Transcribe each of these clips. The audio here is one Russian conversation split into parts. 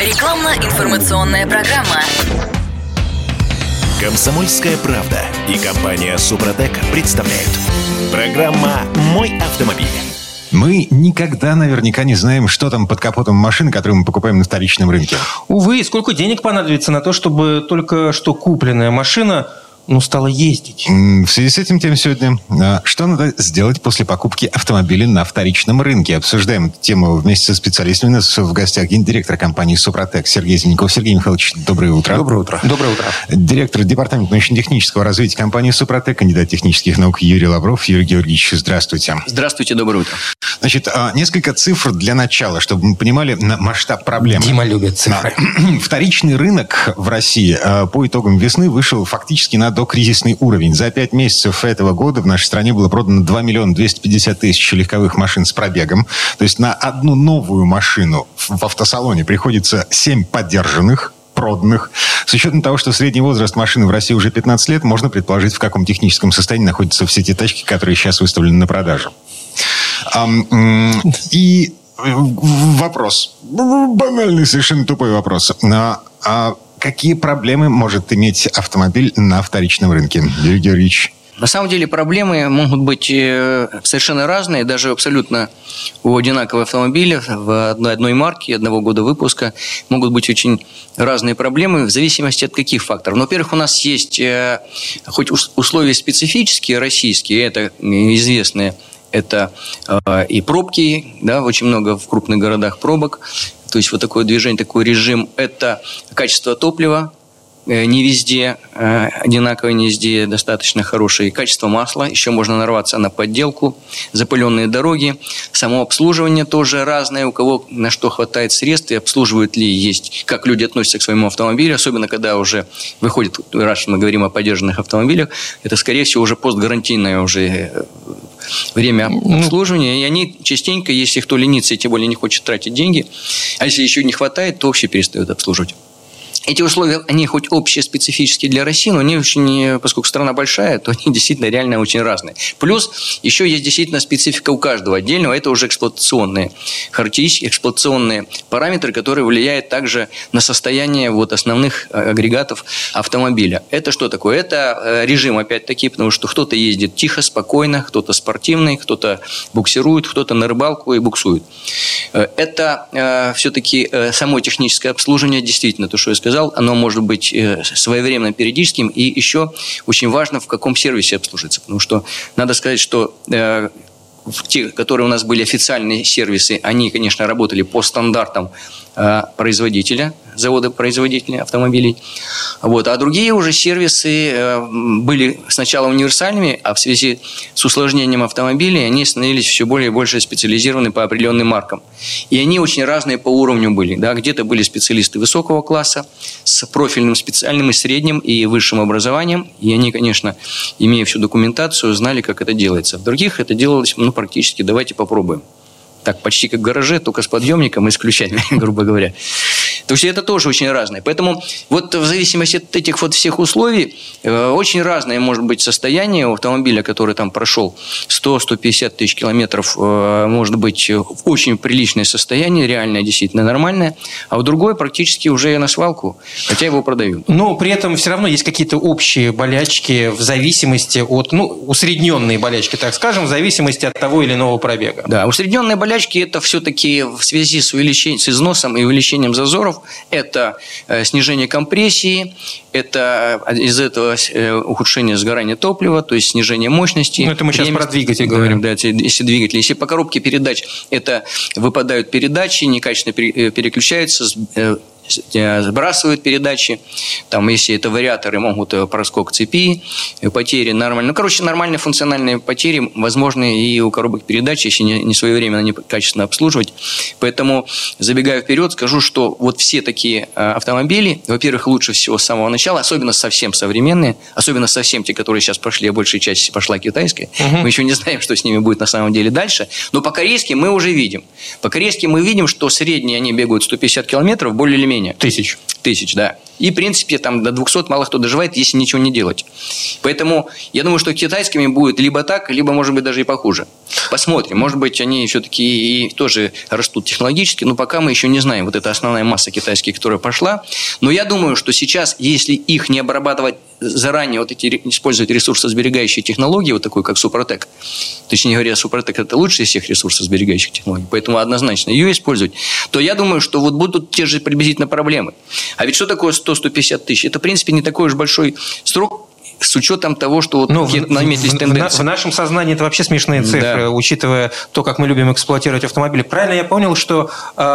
Рекламно-информационная программа. «Комсомольская правда» и компания «Супротек» представляют. Программа «Мой автомобиль». Мы никогда наверняка не знаем, что там под капотом машины, которую мы покупаем на вторичном рынке. Увы, сколько денег понадобится на то, чтобы только что купленная машина стала ездить. В связи с этим тем сегодня, что надо сделать после покупки автомобиля на вторичном рынке. Обсуждаем эту тему вместе со специалистами. У нас в гостях гендиректор компании «Супротек» Сергей Зеленков. Сергей Михайлович, доброе утро. Доброе утро. Доброе утро. Директор департамента научно-технического развития компании «Супротек», кандидат технических наук Юрий Лавров. Юрий Георгиевич, здравствуйте. Здравствуйте, доброе утро. Значит, несколько цифр для начала, чтобы мы понимали масштаб проблемы. Дима любит цифры. Вторичный рынок в России по итогам весны вышел фактически на докризисный уровень. За 5 месяцев этого года в нашей стране было продано 2 миллиона 250 тысяч легковых машин с пробегом. То есть на одну новую машину в автосалоне приходится 7 подержанных, проданных. С учетом того, что средний возраст машины в России уже 15 лет, можно предположить, в каком техническом состоянии находятся все те тачки, которые сейчас выставлены на продажу. И вопрос. Банальный, совершенно тупой вопрос. Какие проблемы может иметь автомобиль на вторичном рынке? Юрий Георгиевич. На самом деле проблемы могут быть совершенно разные, даже абсолютно у одинаковых автомобилей в одной марке, одного года выпуска могут быть очень разные проблемы в зависимости от каких факторов. Во-первых, у нас есть хоть условия специфические, российские, это известные, это и пробки, да, очень много в крупных городах пробок. То есть вот такое движение, такой режим. Это качество топлива, не везде одинаковое, не везде достаточно хорошее. Качество масла, еще можно нарваться на подделку, запыленные дороги. Само обслуживание тоже разное, у кого на что хватает средств, и обслуживают ли, есть, как люди относятся к своему автомобилю, особенно когда уже выходит, раз мы говорим о подержанных автомобилях, это, скорее всего, уже постгарантийное уже время обслуживания, и они частенько, если кто ленится и тем более не хочет тратить деньги, а если еще не хватает, то вообще перестают обслуживать. Эти условия, они хоть общие, специфические для России, но они очень, поскольку страна большая, то они действительно реально очень разные. Плюс еще есть действительно специфика у каждого отдельного, это уже эксплуатационные характеристики, эксплуатационные параметры, которые влияют также на состояние основных агрегатов автомобиля. Это что такое? Это режим, опять-таки, потому что кто-то ездит тихо, спокойно, кто-то спортивный, кто-то буксирует, кто-то на рыбалку и буксует. Это все-таки само техническое обслуживание, действительно, то, что я сказал, оно может быть своевременным, периодическим, и еще очень важно, в каком сервисе обслуживается. Потому что надо сказать, что те, которые у нас были официальные сервисы, они, конечно, работали по стандартам производителя, завода-производителя автомобилей. А другие уже сервисы были сначала универсальными, а в связи с усложнением автомобилей они становились все более и больше специализированы по определенным маркам. И они очень разные по уровню были. Да? Где-то были специалисты высокого класса с профильным специальным и средним и высшим образованием. И они, конечно, имея всю документацию, знали, как это делается. В других это делалось практически «давайте попробуем». Так, почти как в гараже, только с подъемником и с ключами, грубо говоря. То есть это тоже очень разное. Поэтому в зависимости от этих всех условий очень разное может быть состояние у автомобиля, который там прошел 100-150 тысяч километров, может быть в очень приличное состояние, реальное, действительно нормальное, а в другой практически уже на свалку, хотя его продают. Но при этом все равно есть какие-то общие болячки в зависимости от, усредненные болячки, так скажем, в зависимости от того или иного пробега. Да, усредненные болячки это все-таки в связи с износом и увеличением зазоров, это снижение компрессии, это из этого ухудшение сгорания топлива, то есть снижение мощности. Это мы сейчас про двигатель говорим. Да, если двигатель. Если по коробке передач, это выпадают передачи, некачественно переключаются, сбрасывают передачи. Там, если это вариаторы, могут проскок цепи, потери нормальные. Нормальные функциональные потери возможны и у коробок передач, если не своевременно, не качественно обслуживать. Поэтому, забегая вперед, скажу, что все такие автомобили, во-первых, лучше всего с самого начала, особенно совсем современные, особенно совсем те, которые сейчас прошли, а большая часть пошла китайская. Мы еще не знаем, что с ними будет на самом деле дальше. Но по корейским мы уже видим. По корейским мы видим, что средние они бегают 150 километров, более или менее более-менее. Тысяч, да. И, в принципе, там до 200 мало кто доживает, если ничего не делать. Поэтому я думаю, что китайскими будет либо так, либо, может быть, даже и похуже. Посмотрим. Может быть, они все-таки и тоже растут технологически, но пока мы еще не знаем. Вот эта основная масса китайских, которая пошла. Но я думаю, что сейчас, если их не обрабатывать заранее, вот эти использовать ресурсосберегающие технологии, вот такой, как Супротек. Точнее говоря, Супротек – это лучший из всех ресурсосберегающих технологий, поэтому однозначно ее использовать, то я думаю, что вот будут те же приблизительно проблемы. А ведь что такое 100-150 тысяч? Это, в принципе, не такой уж большой срок, с учетом того, что вот наметились тенденции. В нашем сознании это вообще смешные цифры, да. Учитывая то, как мы любим эксплуатировать автомобили. Правильно я понял, что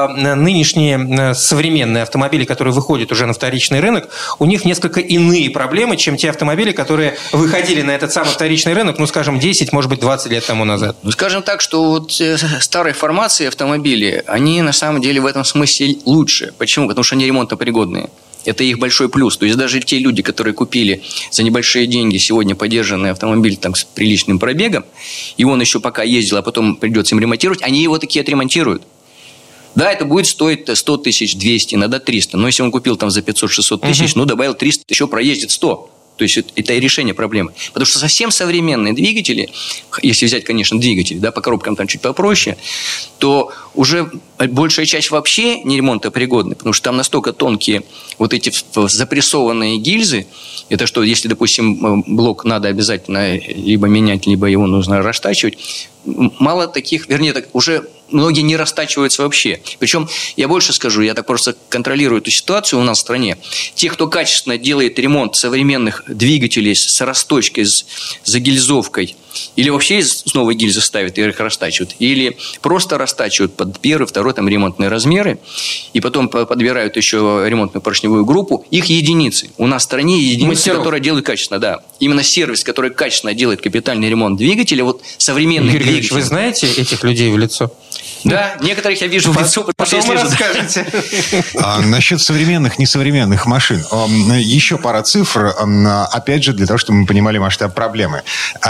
нынешние современные автомобили, которые выходят уже на вторичный рынок, у них несколько иные проблемы, чем те автомобили, которые выходили на этот самый вторичный рынок, ну, скажем, 10, может быть, 20 лет тому назад? Ну, скажем так, что вот старой формации автомобили, они на самом деле в этом смысле лучше. Почему? Потому что они ремонтопригодные. Это их большой плюс. То есть даже те люди, которые купили за небольшие деньги сегодня подержанный автомобиль там, с приличным пробегом, и он еще пока ездил, а потом придется им ремонтировать, они его таки отремонтируют. Да, это будет стоить 100 тысяч, 200, иногда 300. Но если он купил там за 500-600 тысяч, ну, добавил 300, еще проездит 100. То есть это и решение проблемы. Потому что совсем современные двигатели, если взять, конечно, двигатели, да, по коробкам там чуть попроще, то уже большая часть вообще не ремонтопригодны, потому что там настолько тонкие вот эти запрессованные гильзы. Это что, если, допустим, блок надо обязательно либо менять, либо его нужно растачивать, мало таких, вернее, так уже многие не растачиваются вообще. Причем, я больше скажу, я так просто контролирую эту ситуацию у нас в стране. Те, кто качественно делает ремонт современных двигателей с расточкой, с загильзовкой, или вообще с новой гильзы ставят и их растачивают, или просто растачивают под первый, второй там, ремонтные размеры, и потом подбирают еще ремонтную поршневую группу, их единицы. У нас в стране единицы, которые делают качественно, да. Именно сервис, который качественно делает капитальный ремонт двигателя, вот современных двигателей. Юрий Георгиевич, вы знаете этих людей в лицо? Да, некоторых я вижу в лицо, потому что я расскажете. Насчет современных, несовременных машин. Еще пара цифр, опять же, для того, чтобы мы понимали масштаб проблемы.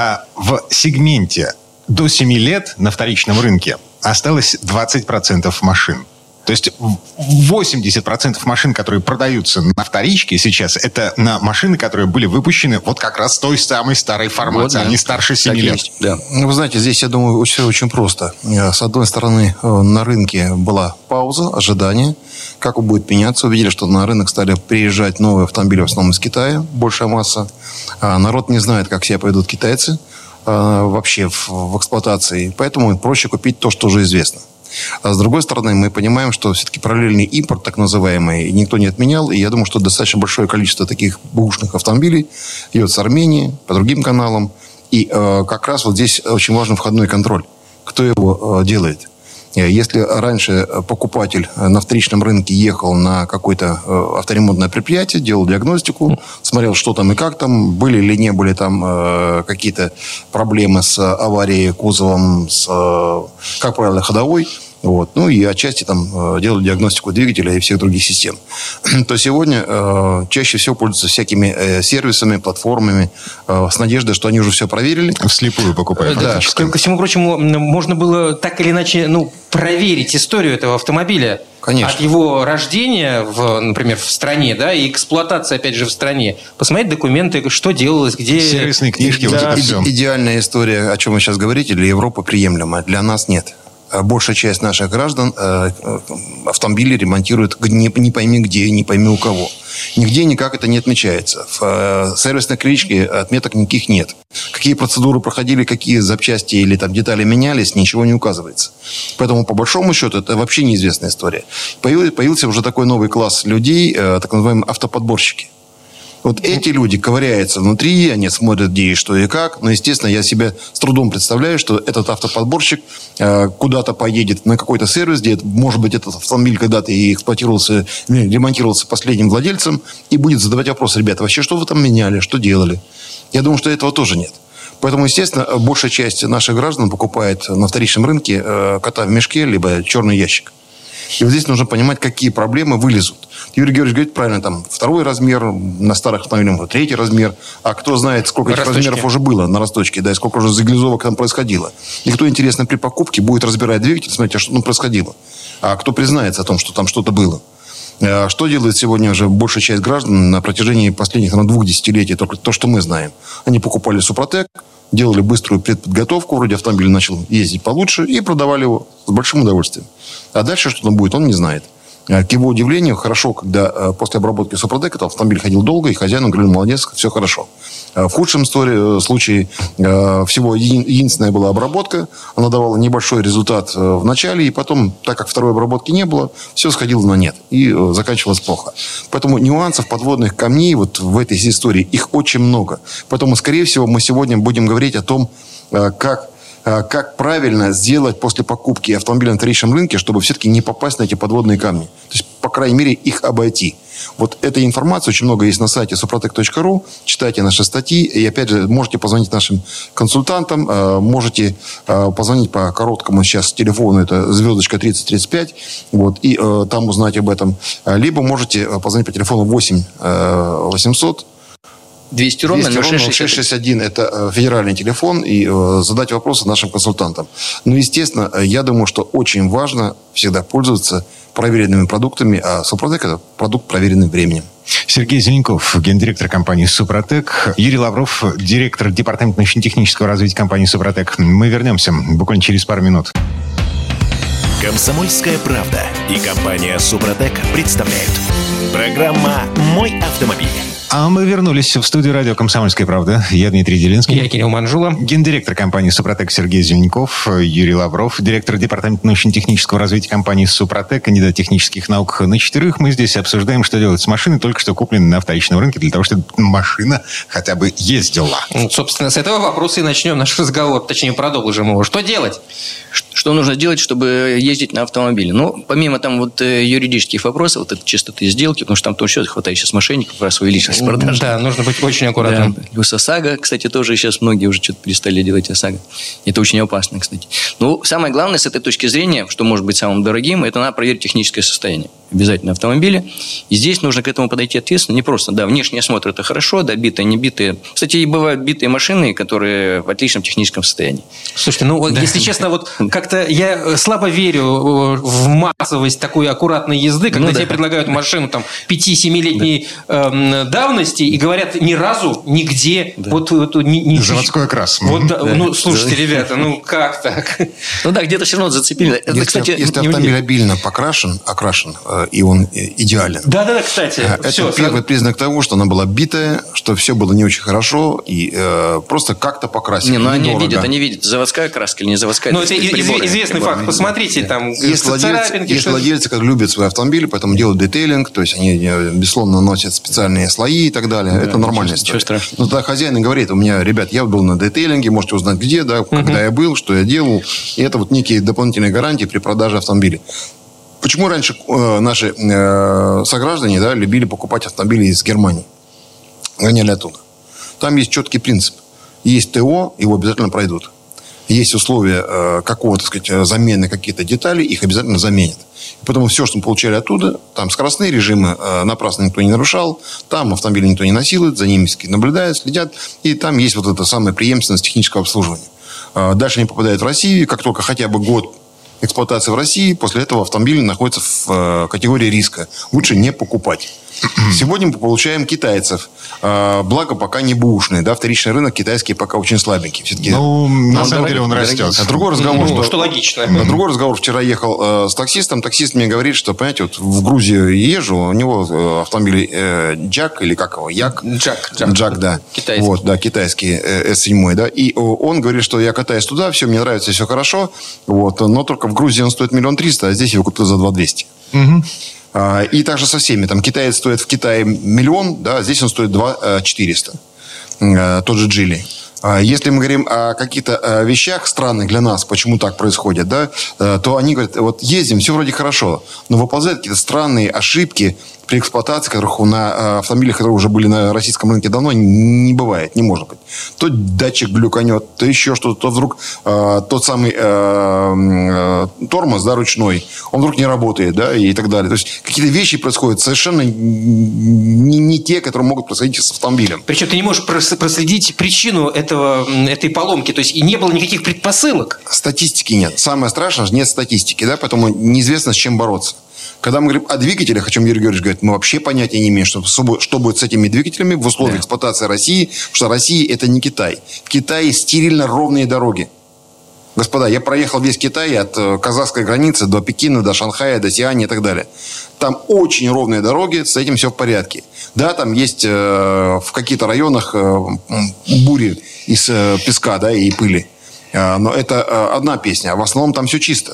В сегменте до 7 лет на вторичном рынке осталось 20% машин. То есть 80% машин, которые продаются на вторичке сейчас, это на машины, которые были выпущены вот как раз той самой старой формации, вот, да. Они старше 7 лет. Есть, да. Вы знаете, здесь, я думаю, все очень просто. С одной стороны, на рынке была пауза, ожидание, как он будет меняться. Увидели, что на рынок стали приезжать новые автомобили, в основном из Китая, большая масса. Народ не знает, как себя поведут китайцы вообще в эксплуатации, поэтому проще купить то, что уже известно. А с другой стороны, мы понимаем, что все-таки параллельный импорт, так называемый, никто не отменял. И я думаю, что достаточно большое количество таких бэушных автомобилей идет с Армении, по другим каналам. И как раз вот здесь очень важен входной контроль. Кто его делает? Если раньше покупатель на вторичном рынке ехал на какое-то авторемонтное предприятие, делал диагностику, смотрел, что там и как там, были или не были там какие-то проблемы с аварией кузовом, как правило, ходовой, вот. Ну и отчасти там делали диагностику двигателя и всех других систем, то сегодня чаще всего пользуются всякими сервисами, платформами с надеждой, что они уже все проверили. Вслепую покупают. Да. Ко всему прочему, можно было так или иначе проверить историю этого автомобиля. Конечно. От его рождения, например, в стране, да, и эксплуатации, опять же, в стране. Посмотреть документы, что делалось, где... Сервисные книжки, да. Вот это все. Идеальная история, о чем вы сейчас говорите, для Европы приемлема, для нас нет. Большая часть наших граждан автомобили ремонтируют не пойми где, не пойми у кого. Нигде никак это не отмечается. В сервисной книжке отметок никаких нет. Какие процедуры проходили, какие запчасти или там детали менялись, ничего не указывается. Поэтому, по большому счету, это вообще неизвестная история. Появился уже такой новый класс людей, так называемые автоподборщики. Вот эти люди ковыряются внутри, они смотрят, где и что и как. Но, естественно, я себе с трудом представляю, что этот автоподборщик куда-то поедет на какой-то сервис, где, может быть, этот автомобиль когда-то и эксплуатировался, ремонтировался последним владельцем, и будет задавать вопрос: ребята, вообще что вы там меняли, что делали? Я думаю, что этого тоже нет. Поэтому, естественно, большая часть наших граждан покупает на вторичном рынке кота в мешке, либо черный ящик. И вот здесь нужно понимать, какие проблемы вылезут. Юрий Георгиевич говорит правильно, там второй размер, на старых автомобилях третий размер. А кто знает, сколько этих размеров уже было на росточке, да, и сколько уже заглизовок там происходило. И кто, интересно, при покупке будет разбирать двигатель, смотреть, а что там происходило. А кто признается о том, что там что-то было. Что делает сегодня уже большая часть граждан на протяжении последних 2 десятилетий? Только то, что мы знаем. Они покупали Супротек, делали быструю предподготовку, вроде автомобиль начал ездить получше, и продавали его с большим удовольствием. А дальше что там будет, он не знает. К его удивлению, хорошо, когда после обработки Супротека автомобиль ходил долго, и хозяину говорили: молодец, все хорошо. В худшем случае всего единственная была обработка. Она давала небольшой результат в начале, и потом, так как второй обработки не было, все сходило на нет. И заканчивалось плохо. Поэтому нюансов, подводных камней вот в этой истории, их очень много. Поэтому, скорее всего, мы сегодня будем говорить о том, как правильно сделать после покупки автомобиля на вторичном рынке, чтобы все-таки не попасть на эти подводные камни. То есть, по крайней мере, их обойти. Вот этой информации очень много есть на сайте suprotec.ru. Читайте наши статьи. И, опять же, можете позвонить нашим консультантам. Можете позвонить по короткому сейчас телефону. Это звездочка 3035. Вот, и там узнать об этом. Либо можете позвонить по телефону 8 800 200 ровно 0661. Это федеральный телефон. И задать вопросы нашим консультантам. Ну, естественно, я думаю, что очень важно всегда пользоваться проверенными продуктами. А Супротек – это продукт, проверенный временем. Сергей Зеленков, гендиректор компании «Супротек». Юрий Лавров, директор департамента научно-технического развития компании «Супротек». Мы вернемся буквально через пару минут. «Комсомольская правда» и компания «Супротек» представляют. Программа «Мой автомобиль». А мы вернулись в студию радио «Комсомольская правда». Я Дмитрий Делинский. Я Кирилл Манжула. Гендиректор компании «Супротек» Сергей Зеленков. Юрий Лавров, директор департамента научно-технического развития компании «Супротек», кандидат технических наук на 4. Мы здесь обсуждаем, что делать с машиной, только что купленной на вторичном рынке, для того, чтобы машина хотя бы ездила. Ну, собственно, с этого вопроса и начнем наш разговор. Точнее, продолжим его. Что делать? Что нужно делать, чтобы ездить на автомобиле? Ну, помимо там вот юридических вопросов, вот это чистоты сделки, потому что там тоже хватает сейчас мошенников про свою личность продажи. Да, нужно быть очень аккуратным. Да. Плюс ОСАГО, кстати, тоже сейчас многие уже что-то перестали делать ОСАГО. Это очень опасно, кстати. Ну, самое главное с этой точки зрения, что может быть самым дорогим, это надо проверить техническое состояние. Обязательно автомобиля. И здесь нужно к этому подойти ответственно. Не просто, да, внешний осмотр – это хорошо, да, битые, не битые. Кстати, и бывают битые машины, которые в отличном техническом состоянии. Слушайте, ну, да. Если честно, вот как-то я слабо верю в массовость такой аккуратной езды, когда тебе предлагают машину там 5-7-летней давности и говорят ни разу, нигде. Да. Вот заводской окрас. Вот, да. Ну, слушайте, ребята, ну как так? Ну да, где-то все равно зацепили. Если автомобиль обильно окрашен, и он идеален. Да, кстати. Это первый признак того, что она была битая, что все было не очень хорошо, и просто как-то покрасили. Не, ну они видят, заводская краска или не заводская. Ну, это известный факт. Посмотрите, там есть владельцы, которые любят свои автомобили, поэтому делают детейлинг, то есть они, безусловно, наносят специальные слои и так далее. Да, это нормальная история. Но тогда хозяин и говорит: у меня, ребят, я был на детейлинге, можете узнать где, да, когда я был, что я делал. И это вот некие дополнительные гарантии при продаже автомобиля. Почему раньше наши сограждане, да, любили покупать автомобили из Германии? Гоняли оттуда. Там есть четкий принцип. Есть ТО, его обязательно пройдут. Есть условия какого-то, так сказать, замены какие-то детали, их обязательно заменят. Поэтому все, что мы получали оттуда, там скоростные режимы напрасно никто не нарушал, там автомобили никто не насилует, за ними наблюдают, следят, и там есть вот эта самая преемственность технического обслуживания. Дальше они попадают в Россию, как только хотя бы год эксплуатации в России, после этого автомобиль находится в категории риска. Лучше не покупать. Сегодня мы получаем китайцев. Благо, пока не бэушные. Да, вторичный рынок китайский пока очень слабенький. Все-таки, на самом деле он растет. Другой разговор, что логично. Другой разговор. Вчера ехал с таксистом. Таксист мне говорит, что, понимаете, вот в Грузию езжу, у него автомобиль Джак, или как его? Джак, да. Китайский. Вот, да, китайский S7. Да. И он говорит, что я катаюсь туда, все, мне нравится, все хорошо. Вот, но только в Грузии он стоит 1 300 000, а здесь его купил за 2 200 000. И также со всеми. Там китаец стоит в Китае 1 000 000, да, здесь он стоит 2 400 000. Тот же Джили. Если мы говорим о каких-то вещах странных для нас, почему так происходит, да, то они говорят: вот ездим, все вроде хорошо, но выползают какие-то странные ошибки при эксплуатации, которых на автомобилях, которые уже были на российском рынке давно, не бывает, не может быть. То датчик глюканет, то еще что-то, то вдруг тот самый тормоз, да, ручной, он вдруг не работает, да, и так далее. То есть какие-то вещи происходят совершенно не те, которые могут происходить с автомобилем. Причем ты не можешь проследить причину этой поломки, то есть и не было никаких предпосылок. Статистики нет. Самое страшное, нет статистики, да, поэтому неизвестно, с чем бороться. Когда мы говорим о двигателях, о чем Юрий Георгиевич говорит, мы вообще понятия не имеем, что будет с этими двигателями в условиях эксплуатации России, потому что Россия – это не Китай. В Китае стерильно ровные дороги. Господа, я проехал весь Китай от казахской границы до Пекина, до Шанхая, до Сиани и так далее. Там очень ровные дороги, с этим все в порядке. Да, там есть в каких-то районах бури из песка, да, и пыли. Но это одна песня, а в основном там все чисто.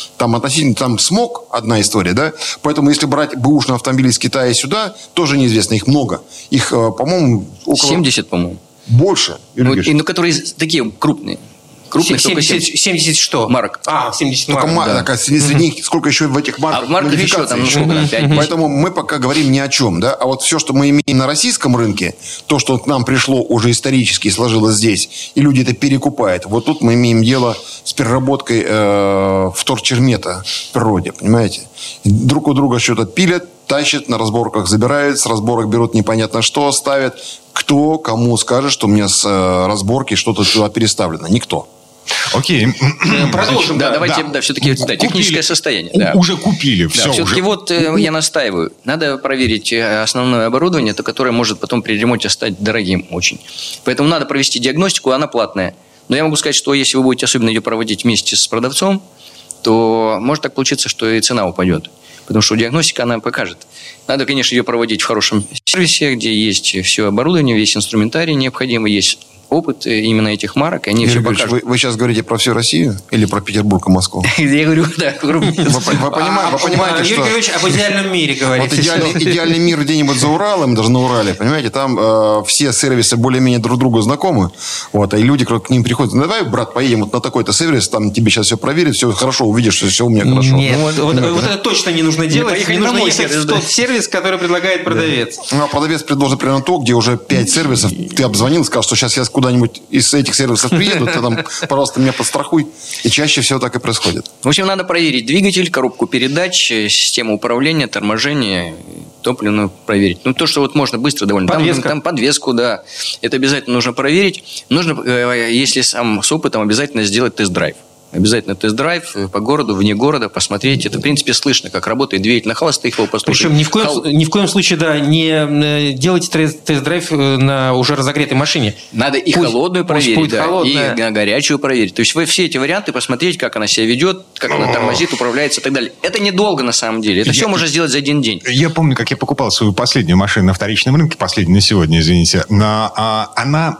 Там смог, одна история, да? Поэтому если брать бэушные автомобили из Китая сюда, тоже неизвестно, их много. Их, по-моему, около... 70, по-моему. Больше. Ну, которые такие крупные. Крупных 70 что? Марок. 70 только марок. Да. Среди них сколько еще в этих марках? А в марках еще там, сколько там, 5 Поэтому мы пока говорим ни о чем, да? А вот все, что мы имеем на российском рынке, то, что к нам пришло уже исторически и сложилось здесь, и люди это перекупают, вот тут мы имеем дело с переработкой вторчермета в природе, понимаете? Друг у друга что-то пилят, тащат, на разборках забирают, с разборок берут непонятно что, ставят. Кто кому скажет, что у меня с разборки что-то туда переставлено? Никто. Окей. Продолжим. Давайте все-таки техническое состояние. Да. Уже купили. Все, все-таки я настаиваю. Надо проверить основное оборудование, которое может потом при ремонте стать дорогим очень. Поэтому надо провести диагностику, она платная. Но я могу сказать, что если вы будете особенно ее проводить вместе с продавцом, то может так получиться, что и цена упадет. Потому что диагностика, она покажет. Надо, конечно, ее проводить в хорошем сервисе, где есть все оборудование, весь инструментарий необходимый, есть опыт именно этих марок, и они все покажут. Вы сейчас говорите про всю Россию или про Петербург и Москву? Я говорю, да. Вы понимаете, что... Юрий Георгиевич об идеальном мире говорит. Вот идеальный мир где-нибудь за Уралом, даже на Урале, понимаете, там все сервисы более-менее друг другу знакомы, вот, и люди к ним приходят, давай, брат, поедем вот на такой-то сервис, там тебе сейчас все проверят, все хорошо, увидишь, что все у меня хорошо. Нет, вот это точно не нужно делать, не нужно ехать в тот сервис, который предлагает продавец. Ну, а продавец предложит примерно то, где уже 5 сервисов, ты обзвонил, сказал, что сейчас я куда-нибудь из этих сервисов приеду, ты там, пожалуйста, меня подстрахуй. И чаще всего так и происходит. В общем, надо проверить двигатель, коробку передач, систему управления, торможение, топливную проверить. Ну, то, что вот можно быстро довольно. Там подвеску, да. Это обязательно нужно проверить. Нужно, если сам с опытом, обязательно сделать тест-драйв. Обязательно тест-драйв по городу, вне города, посмотреть. Это, в принципе, слышно, как работает двигатель на холостых его послушать. Причем ни в коем случае, да, не делайте тест-драйв на уже разогретой машине. Надо и холодную проверить, и горячую проверить. То есть вы все эти варианты посмотреть, как она себя ведет, как она тормозит, управляется и так далее. Это недолго на самом деле. Это все можно сделать за один день. Я помню, как я покупал свою последнюю машину на вторичном рынке, последнюю на сегодня, извините. Она,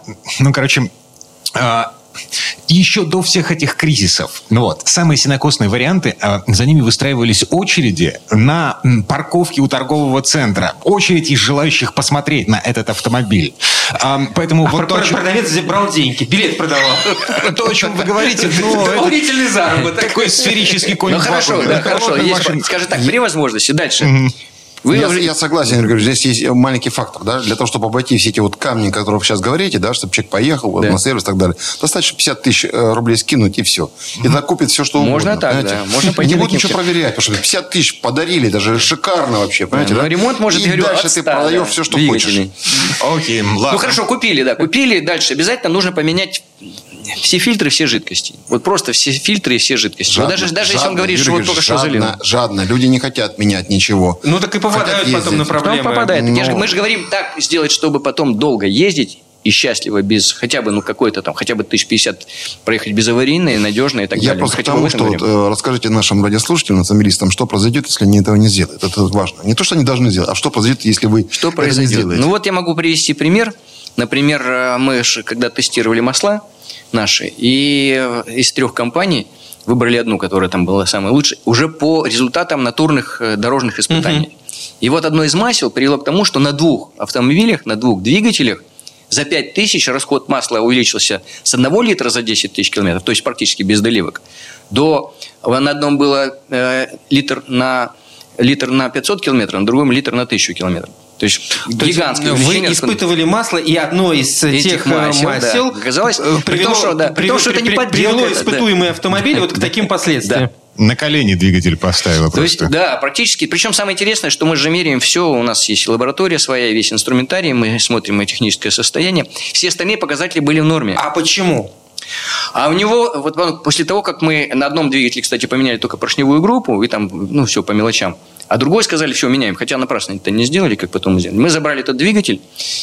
еще до всех этих кризисов, самые сенокосные варианты, за ними выстраивались очереди на парковке у торгового центра. Очередь из желающих посмотреть на этот автомобиль. Поэтому продавец брал деньги, билет продавал. То, о чем вы говорите, дополнительный заработок. Такой сферический конь. Ну хорошо. Скажем так, при возможности. Дальше. Я согласен, Юрий Георгиевич, здесь есть маленький фактор. Да? Для того, чтобы обойти все эти вот камни, о которых вы сейчас говорите, да, чтобы человек поехал на сервис и так далее, достаточно 50 тысяч рублей скинуть, и все. И тогда купит все, что угодно. Можно так, понимаете? да. Можно пойти не будут ничего проверять, потому что 50 тысяч подарили, даже шикарно вообще, понимаете? Да? Ремонт может, и дальше ты продаешь все, что хочешь. Окей, ладно. Ну хорошо, купили, дальше обязательно нужно поменять все фильтры, все жидкости. Вот просто все фильтры и все жидкости. Жадно, даже если он говорит, что вот только что залил. Жадно. Люди не хотят менять ничего. Ну так и попадают потом на проблемы. Попадает. Мы же говорим так сделать, чтобы потом долго ездить и счастливо без хотя бы какой-то там, хотя бы 1050 проехать безаварийно, надежно и так далее. Я просто к тому, что расскажите нашим радиослушателям, автомобилистам, что произойдет, если они этого не сделают. Это важно. Не то, что они должны сделать, а что произойдет, если вы это не сделаете. Ну вот я могу привести пример. Например, мы когда тестировали масла наши, и из 3 компаний выбрали одну, которая там была самая лучшая, уже по результатам натурных дорожных испытаний. И вот одно из масел привело к тому, что на 2 автомобилях, на 2 двигателях за 5000 расход масла увеличился с 1 литра за 10 тысяч километров, то есть практически без доливок, на одном было литр на 500 километров, на другом литр на 1000 километров. То есть гигантское увеличение. Вы испытывали масло, и одно из тех масел оказалось, привело испытуемый автомобиль вот к таким последствиям. На колени двигатель поставила просто. То есть, да, практически. Причем самое интересное, что мы же меряем все. У нас есть лаборатория своя, весь инструментарий. Мы смотрим техническое состояние. Все остальные показатели были в норме. А почему? А у него, вот после того, как мы на одном двигателе, кстати, поменяли только поршневую группу, и там, все по мелочам, а другой сказали, все, меняем. Хотя напрасно это не сделали, как потом мы сделали. Мы забрали этот двигатель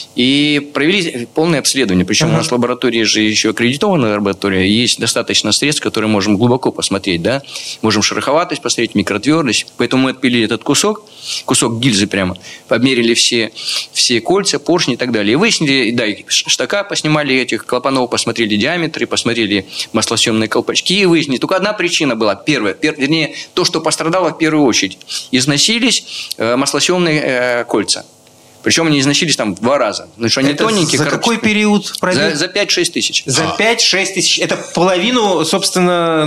и провели полное обследование. Причем у нас лаборатория же еще аккредитованная лаборатория. Есть достаточно средств, которые можем глубоко посмотреть. Да? Можем шероховатость посмотреть, микротвердость. Поэтому мы отпилили этот кусок гильзы прямо. Померили все кольца, поршни и так далее. И выяснили, да, и штака поснимали этих клапанов, посмотрели диаметры, посмотрели маслосъемные колпачки. И выяснили, только одна причина была. Вернее, то, что пострадало в первую очередь. Износились маслосъемные кольца. Причем они износились там 2 раза. Потому что они тоненькие. За какой период пробег? За 5-6 тысяч. За 5-6 тысяч. Это половину, собственно,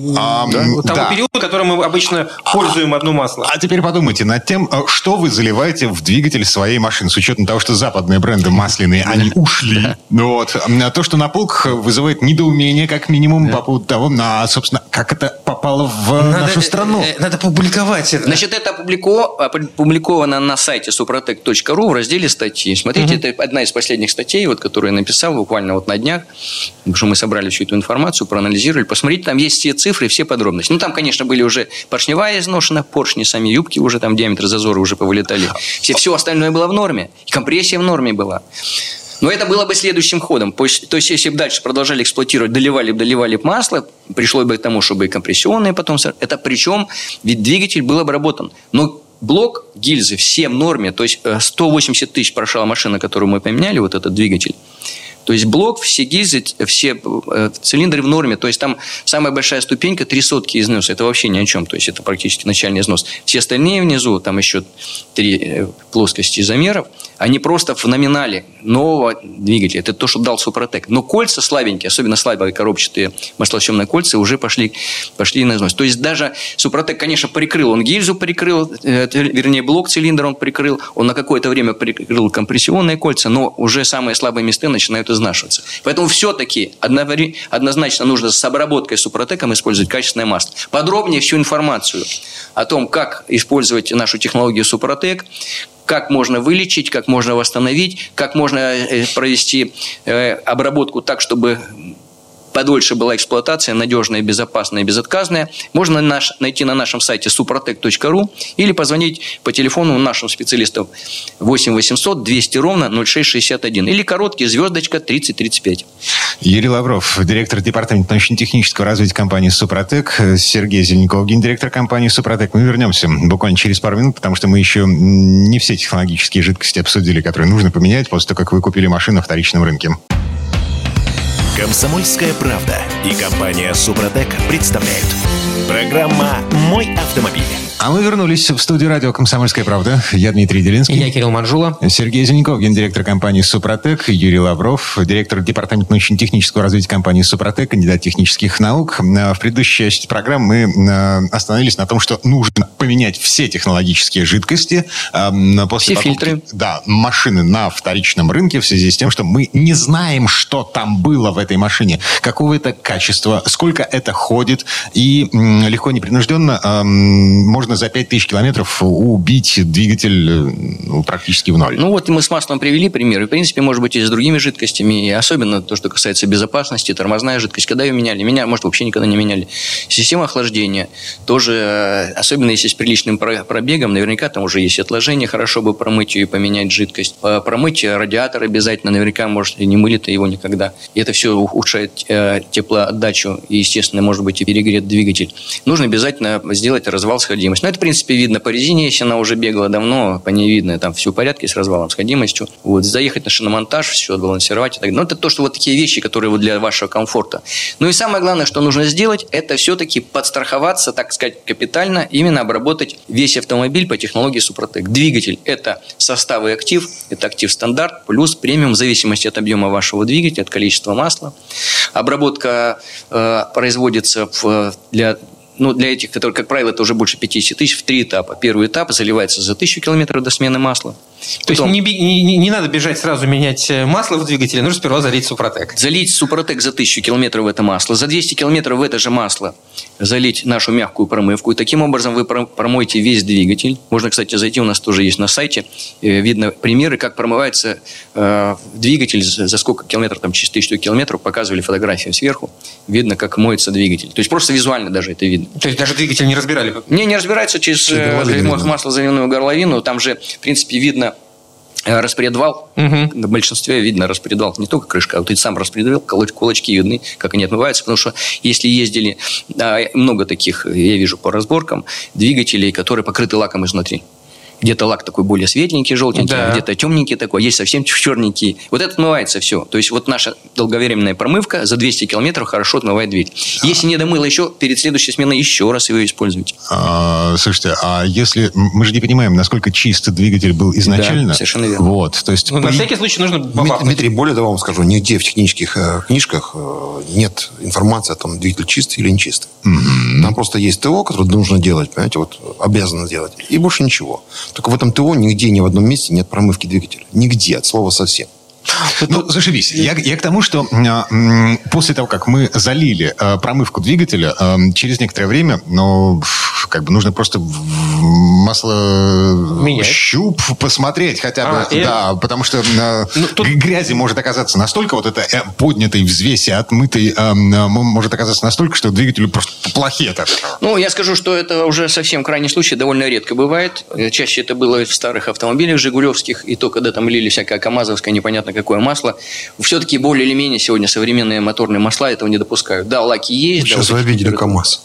того периода, которым мы обычно пользуем одно масло. А теперь подумайте над тем, что вы заливаете в двигатель своей машины, с учетом того, что западные бренды масляные, они ушли. Вот. То, что на полках вызывает недоумение, как минимум, по поводу того, собственно, как это попало в нашу страну. Надо публиковать это. Значит, это опубликовано на сайте suprotec.ru в разделе статьи. Смотрите, это одна из последних статей, которую я написал буквально на днях, потому что мы собрали всю эту информацию, проанализировали. Посмотрите, там есть все цифры, все подробности. Там, конечно, были уже поршневая изношена, поршни, сами юбки уже, там диаметр зазора уже повылетали. Все остальное было в норме. И компрессия в норме была. Но это было бы следующим ходом. То есть, если бы дальше продолжали эксплуатировать, доливали масло, пришло бы к тому, чтобы и компрессионные потом... Это причем, ведь двигатель был обработан. Но блок гильзы все в норме, то есть 180 тысяч прошла машина, которую мы поменяли, вот этот двигатель. То есть блок, все гильзы, все цилиндры в норме. То есть там самая большая ступенька 3 сотки износа. Это вообще ни о чем. То есть это практически начальный износ. Все остальные внизу, там еще 3 плоскости замеров, они просто в номинале нового двигателя. Это то, что дал Супротек. Но кольца слабенькие, особенно слабые коробчатые маслосъемные кольца, уже пошли на износ. То есть даже Супротек, конечно, прикрыл. Он гильзу прикрыл, вернее блок цилиндра он прикрыл. Он на какое-то время прикрыл компрессионные кольца, но уже самые слабые места начинают изнашиваться. Поэтому все-таки однозначно нужно с обработкой Супротеком использовать качественное масло. Подробнее всю информацию о том, как использовать нашу технологию Супротек, как можно вылечить, как можно восстановить, как можно провести обработку так, чтобы подольше была эксплуатация, надежная, безопасная и безотказная, можно найти на нашем сайте suprotec.ru или позвонить по телефону нашим специалистам 8 800 200 ровно 0661 или короткий звездочка 3035. Юрий Лавров, директор департамента научно-технического развития компании «Супротек», Сергей Зеленков, гендиректор компании «Супротек». Мы вернемся буквально через пару минут, потому что мы еще не все технологические жидкости обсудили, которые нужно поменять после того, как вы купили машину на вторичном рынке. «Комсомольская правда» и компания «Супротек» представляют. Программа «Мой автомобиль». А мы вернулись в студию радио «Комсомольская правда». Я Дмитрий Делинский. Я Кирилл Манжула. Сергей Зеленков, гендиректор компании «Супротек». Юрий Лавров, директор департамента научно-технического развития компании «Супротек», кандидат технических наук. В предыдущей части программы мы остановились на том, что нужно поменять все технологические жидкости после все фильтры. Да, машины на вторичном рынке в связи с тем, что мы не знаем, что там было в этой машине, какого это качества, сколько это ходит, и легко, непринужденно можно за 5000 километров убить двигатель практически в ноль. Мы с маслом привели пример. И, в принципе, может быть, и с другими жидкостями. И особенно то, что касается безопасности, тормозная жидкость. Когда ее меняли? Может, вообще никогда не меняли. Система охлаждения тоже, особенно если с приличным пробегом, наверняка там уже есть отложение. Хорошо бы промыть ее и поменять жидкость. Промыть радиатор обязательно. Наверняка, может, и не мыли-то его никогда. И это все ухудшает теплоотдачу. И, естественно, может быть, и перегрет двигатель. Нужно обязательно сделать развал сходимости. Но это, в принципе, видно по резине, если она уже бегала давно, по ней видно, там все в порядке с развалом, сходимостью. Заехать на шиномонтаж, все отбалансировать и так далее. Но это то, что такие вещи, которые для вашего комфорта. И самое главное, что нужно сделать, это все-таки подстраховаться, так сказать, капитально, именно обработать весь автомобиль по технологии Супротек. Двигатель – это состав и актив, это актив стандарт, плюс премиум, в зависимости от объема вашего двигателя, от количества масла. Обработка производится для этих, которые, как правило, это уже больше 50 тысяч, в 3 этапа. Первый этап заливается за 1000 километров до смены масла. То есть не надо бежать сразу менять масло в двигателе, нужно сперва залить Супротек. Залить Супротек за 1000 километров в это масло, за 200 километров в это же масло залить нашу мягкую промывку. И таким образом вы промоете весь двигатель. Можно, кстати, зайти, у нас тоже есть на сайте. Видно примеры, как промывается двигатель, за сколько километров, там через 1000 километров, показывали фотографию сверху. Видно, как моется двигатель. То есть просто визуально даже это видно. То есть даже двигатель не разбирали? Не разбирается через маслозаливную горловину. Там же, в принципе, видно распредвал. В большинстве видно распредвал. Не только крышка, а вот и сам распредвал, кулачки видны, как они отмываются. Потому что если ездили, много таких, я вижу по разборкам, двигателей, которые покрыты лаком изнутри. Где-то лак такой более светленький, желтенький, да. Где-то темненький такой, есть совсем черненький. Вот это отмывается все. То есть вот наша долговременная промывка за 200 километров хорошо отмывает двигатель. Если не домыло еще, перед следующей сменой еще раз его используйте. Слушайте, а если... Мы же не понимаем, насколько чисто двигатель был изначально. Да, совершенно верно. Вот, то есть... На всякий случай нужно бабахнуть. Дмитрий, более того вам скажу, нигде в технических книжках нет информации о том, двигатель чистый или нечистый. Там просто есть ТО, которое нужно делать, понимаете, вот обязано делать. И больше ничего. Только в этом ТО нигде, ни в одном месте нет промывки двигателя. Нигде, от слова совсем. Ну, зашибись. Я к тому, что после того, как мы залили промывку двигателя, через некоторое время, нужно просто маслощуп посмотреть хотя бы. Да, потому что грязи может оказаться настолько, вот этой поднятой взвеси, отмытой, может оказаться настолько, что двигателю просто плохет от этого. Ну, я скажу, что это уже совсем крайний случай, довольно редко бывает. Чаще это было в старых автомобилях жигулевских, и то, когда там лили всякое камазовское, непонятно какое масло. Все-таки более или менее сегодня современные моторные масла этого не допускают. Да, лаки есть. Сейчас вы обидели КамАЗ.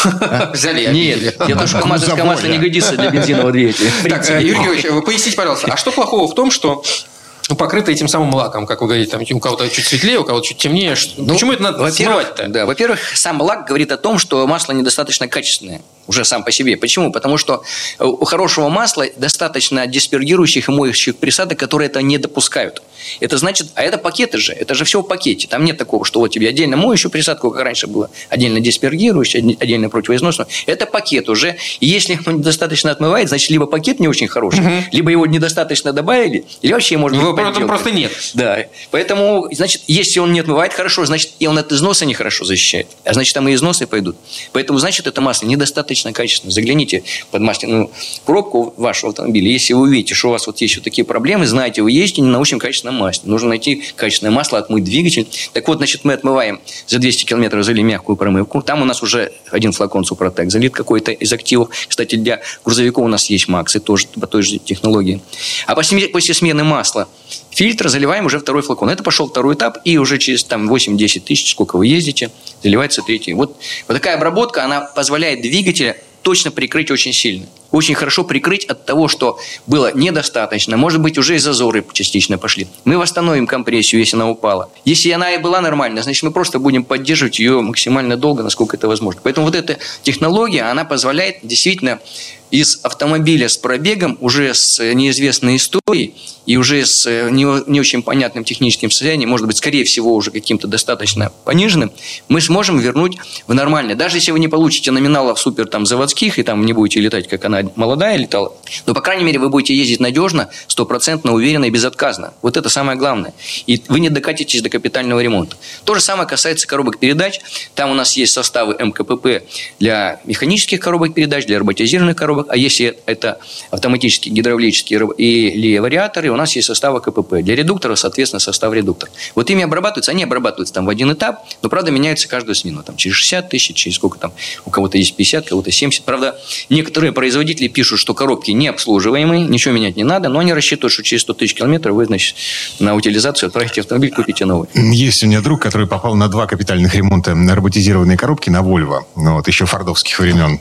Взяли. Нет, я то, что КамАЗовское масло не годится для бензинового двигателя. Так, Юрий Георгиевич, вы поясните, пожалуйста, а что плохого в том, что покрыто этим самым лаком, как вы говорите, там у кого-то чуть светлее, у кого-то чуть темнее. Почему это надо смывать-то? Да, во-первых, сам лак говорит о том, что масло недостаточно качественное. Уже сам по себе. Почему? Потому что у хорошего масла достаточно диспергирующих и моющих присадок, которые это не допускают. Это значит, а это пакеты же, это же все в пакете. Там нет такого, что вот тебе отдельно моющую присадку, как раньше было, отдельно диспергирующую, отдельно противоизносную. Это пакет уже. И если он недостаточно отмывает, значит, либо пакет не очень хороший, либо его недостаточно добавили, или вообще, может быть, подделка. Просто нет. Да. Поэтому, значит, если он не отмывает хорошо, значит, и он от износа нехорошо защищает. А значит, там и износы пойдут. Поэтому, значит, это масло недостаточно качественно. Загляните под масляную пробку вашего автомобиля. Если вы увидите, что у вас вот есть вот такие проблемы, знаете, вы ездите не на очень качественном масле. Нужно найти качественное масло, отмыть двигатель. Так вот, значит, мы отмываем за 200 километров, залили мягкую промывку. Там у нас уже один флакон Супротек залит какой-то из активов. Кстати, для грузовиков у нас есть Максы, тоже по той же технологии. А после смены масла фильтр заливаем уже второй флакон. Это пошел второй этап, и уже через 8-10 тысяч, сколько вы ездите, заливается третий. Вот такая обработка, она позволяет двигателя точно прикрыть очень сильно. Очень хорошо прикрыть от того, что было недостаточно. Может быть, уже и зазоры частично пошли. Мы восстановим компрессию, если она упала. Если она и была нормальная, значит, мы просто будем поддерживать ее максимально долго, насколько это возможно. Поэтому вот эта технология, она позволяет действительно из автомобиля с пробегом, уже с неизвестной историей и уже с не очень понятным техническим состоянием, может быть, скорее всего, уже каким-то достаточно пониженным, мы сможем вернуть в нормальное. Даже если вы не получите номиналов супер заводских и не будете летать, как она молодая летала, но, по крайней мере, вы будете ездить надежно, 100% уверенно и безотказно. Вот это самое главное. И вы не докатитесь до капитального ремонта. То же самое касается коробок передач. Там у нас есть составы МКПП для механических коробок передач, для роботизированных коробок. А если это автоматические, гидравлические или вариаторы, у нас есть составы КПП. Для редуктора, соответственно, состав редуктор. Вот ими обрабатываются, они обрабатываются в один этап, но, правда, меняются каждую смену. Через 60 тысяч, через сколько там, у кого-то есть 50, у кого-то 70. Правда, некоторые производители пишут, что коробки необслуживаемые, ничего менять не надо, но они рассчитывают, что через 100 тысяч километров вы, значит, на утилизацию отправите автомобиль, купите новый. Есть у меня друг, который попал на 2 капитальных ремонта на роботизированные коробки на Volvo, еще фордовских времен.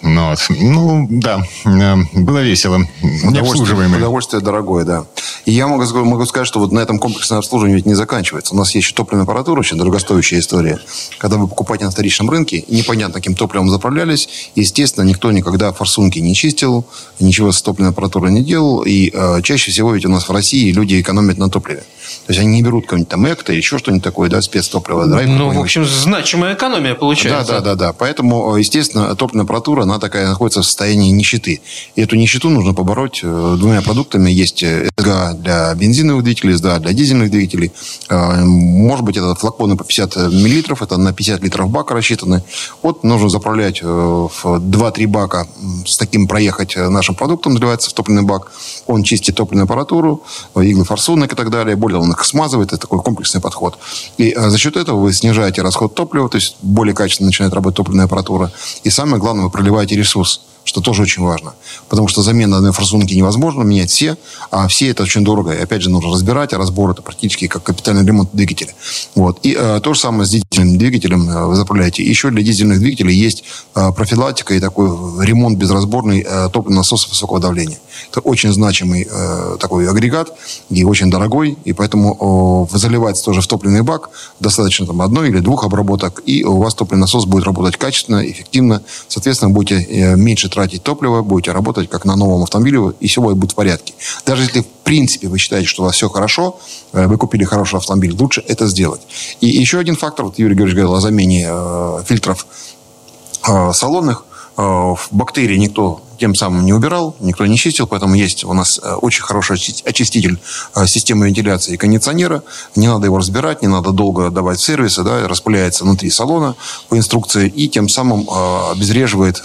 Да, было весело. Удовольствие дорогое, да. И я могу сказать, что вот на этом комплексное обслуживание ведь не заканчивается. У нас есть еще топливная аппаратура, очень дорогостоящая история. Когда вы покупаете на вторичном рынке, непонятно, каким топливом заправлялись. Естественно, никто никогда форсунки не чистил, ничего с топливной аппаратурой не делал. И чаще всего ведь у нас в России люди экономят на топливе. То есть они не берут какой-нибудь ЭКТО или еще что-нибудь такое, да, спецтопливо. В общем, значимая экономия получается. Да. Поэтому, естественно, топливная аппаратура, она такая находится в состоянии нищеты. И эту нищету нужно побороть 2 продуктами. Есть СГА для бензиновых двигателей, СДА для дизельных двигателей. Может быть, это флаконы по 50 миллилитров, это на 50 литров бака рассчитаны. Вот нужно заправлять в 2-3 бака, с таким проехать нашим продуктом, заливается в топливный бак. Он чистит топливную аппаратуру, иглы форсунок и так далее. Более того, он их смазывает. Это такой комплексный подход. И за счет этого вы снижаете расход топлива, то есть более качественно начинает работать топливная аппаратура. И самое главное, вы проливаете ресурс, что тоже очень важно. Потому что замена одной форсунки невозможно, менять все, а все это очень дорого. И опять же, нужно разбирать, а разбор это практически как капитальный ремонт двигателя. Вот. И то же самое с дизельным двигателем вы заправляете. Еще для дизельных двигателей есть профилактика и такой ремонт безразборный топливных насосов высокого давления. Это очень значимый такой агрегат и очень дорогой, и поэтому заливается тоже в топливный бак, достаточно там 1 или 2 обработок, и у вас топливный насос будет работать качественно, эффективно. Соответственно, будете меньше тратить топливо, будете работать как на новом автомобиле, и все будет в порядке. Даже если в принципе вы считаете, что у вас все хорошо, вы купили хороший автомобиль, лучше это сделать. И еще один фактор, вот Юрий Георгиевич говорил о замене фильтров салонных. Бактерии никто тем самым не убирал, никто не чистил, поэтому есть у нас очень хороший очиститель системы вентиляции и кондиционера. Не надо его разбирать, не надо долго давать сервисы, да, распыляется внутри салона по инструкции и тем самым обезвреживает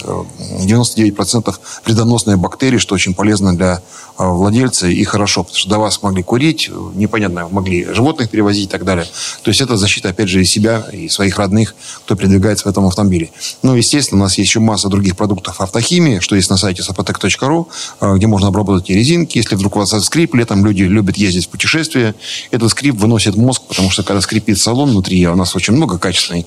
99% вредоносные бактерии, что очень полезно для владельца и хорошо, потому что до вас могли курить, непонятно, могли животных перевозить и так далее. То есть это защита, опять же, и себя, и своих родных, кто передвигается в этом автомобиле. Ну, естественно, у нас есть еще масса других продуктов автохимии, что есть на сайте suprotec.ru, где можно обработать и резинки. Если вдруг у вас скрип, летом люди любят ездить в путешествия, этот скрип выносит мозг, потому что когда скрипит салон внутри, у нас очень много качественной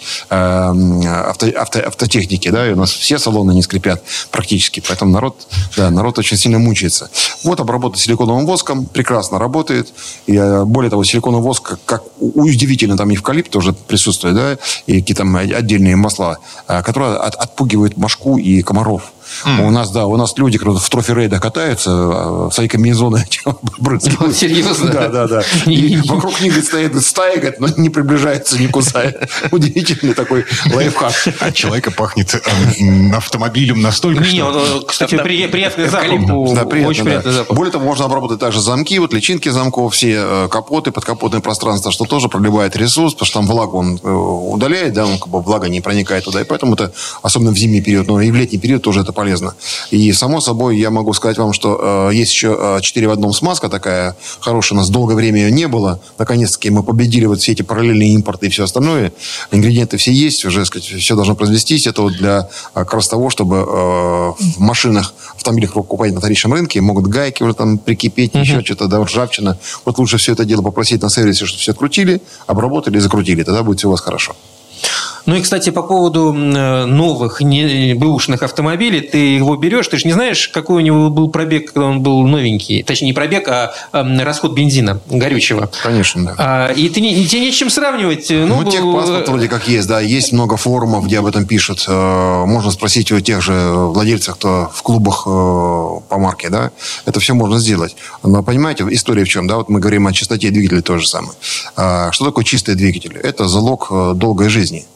автотехники, да, и у нас все салоны не скрипят практически, поэтому народ очень сильно мучается. Вот обработать силиконовым воском, прекрасно работает. И, более того, силиконовый воск, как удивительно, там эвкалипт тоже присутствует, да, и какие-то отдельные масла, которые отпугивают мошку и комаров. У нас люди, которые в трофи-рейдах катаются, свои комбинезоны брызгают. Серьезно? Да. И вокруг них стоит стая, но не приближается, не кусает. Удивительный такой лайфхак. От человека пахнет автомобилем настолько, что... Кстати, приятный запах. Очень приятный запах. Более того, можно обработать также замки, вот личинки замков, все капоты, подкапотное пространство, что тоже проливает ресурс, потому что там влагу он удаляет, да, влага не проникает туда, и поэтому это, особенно в зимний период, но и в летний период тоже это полезно. И, само собой, я могу сказать вам, что есть еще 4 в 1 смазка такая хорошая. У нас долгое время ее не было. Наконец-таки мы победили вот все эти параллельные импорты и все остальное. Ингредиенты все есть, уже, сказать, все должно произвестись. Это вот для как раз того, чтобы в машинах, автомобилях покупать на вторичном рынке, могут гайки уже там прикипеть, еще что-то, да, ржавчина. Вот лучше все это дело попросить на сервисе, чтобы все открутили, обработали и закрутили. Тогда будет все у вас хорошо. Ну и, кстати, по поводу новых бэушных автомобилей, ты его берешь, ты же не знаешь, какой у него был пробег, когда он был новенький. Точнее, не пробег, а расход бензина горючего. Конечно, да. И тебе не с чем сравнивать. Техпаспорт вроде как есть, да. Есть много форумов, где об этом пишут. Можно спросить у тех же владельцев, кто в клубах по марке, да. Это все можно сделать. Но, понимаете, история в чем, да? Вот мы говорим о чистоте двигателя, то же самое. Что такое чистый двигатель? Это залог долгой жизни.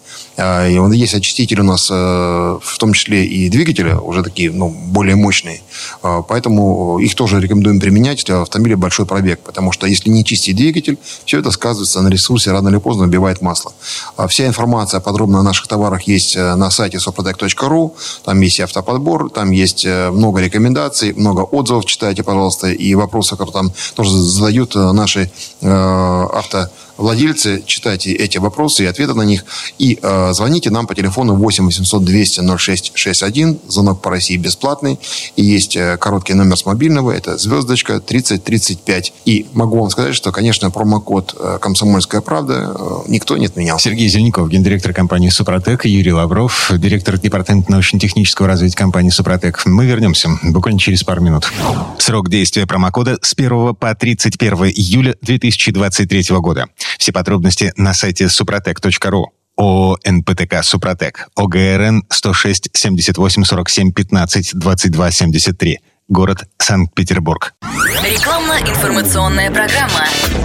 И есть очистители у нас, в том числе и двигателя, уже такие, более мощные. Поэтому их тоже рекомендуем применять, если в автомобиле большой пробег. Потому что если не чистить двигатель, все это сказывается на ресурсе, рано или поздно убивает масло. Вся информация подробно о наших товарах есть на сайте suprotec.ru. Там есть и автоподбор, там есть много рекомендаций, много отзывов. Читайте, пожалуйста, и вопросы, которые там тоже задают наши автовладельцы. Читайте эти вопросы и ответы на них. И звоните нам по телефону 8 800 200 0661. Звонок по России бесплатный. И есть короткий номер с мобильного. Это звездочка 3035. И могу вам сказать, что, конечно, промокод «Комсомольская правда» никто не отменял. Сергей Зеленяков, гендиректор компании «Супротек», Юрий Лавров, директор департамента научно-технического развития компании «Супротек». Мы вернемся буквально через пару минут. Срок действия промокода с 1 по 31 июля 2023 года. Все подробности на сайте suprotec.ru. ООО «НПТК Супротек». ОГРН 106 78 47 15 22 73. Город Санкт-Петербург. Рекламно-информационная программа.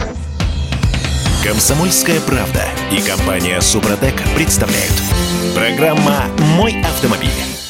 «Комсомольская правда» и компания «Супротек» представляют. Программа «Мой автомобиль».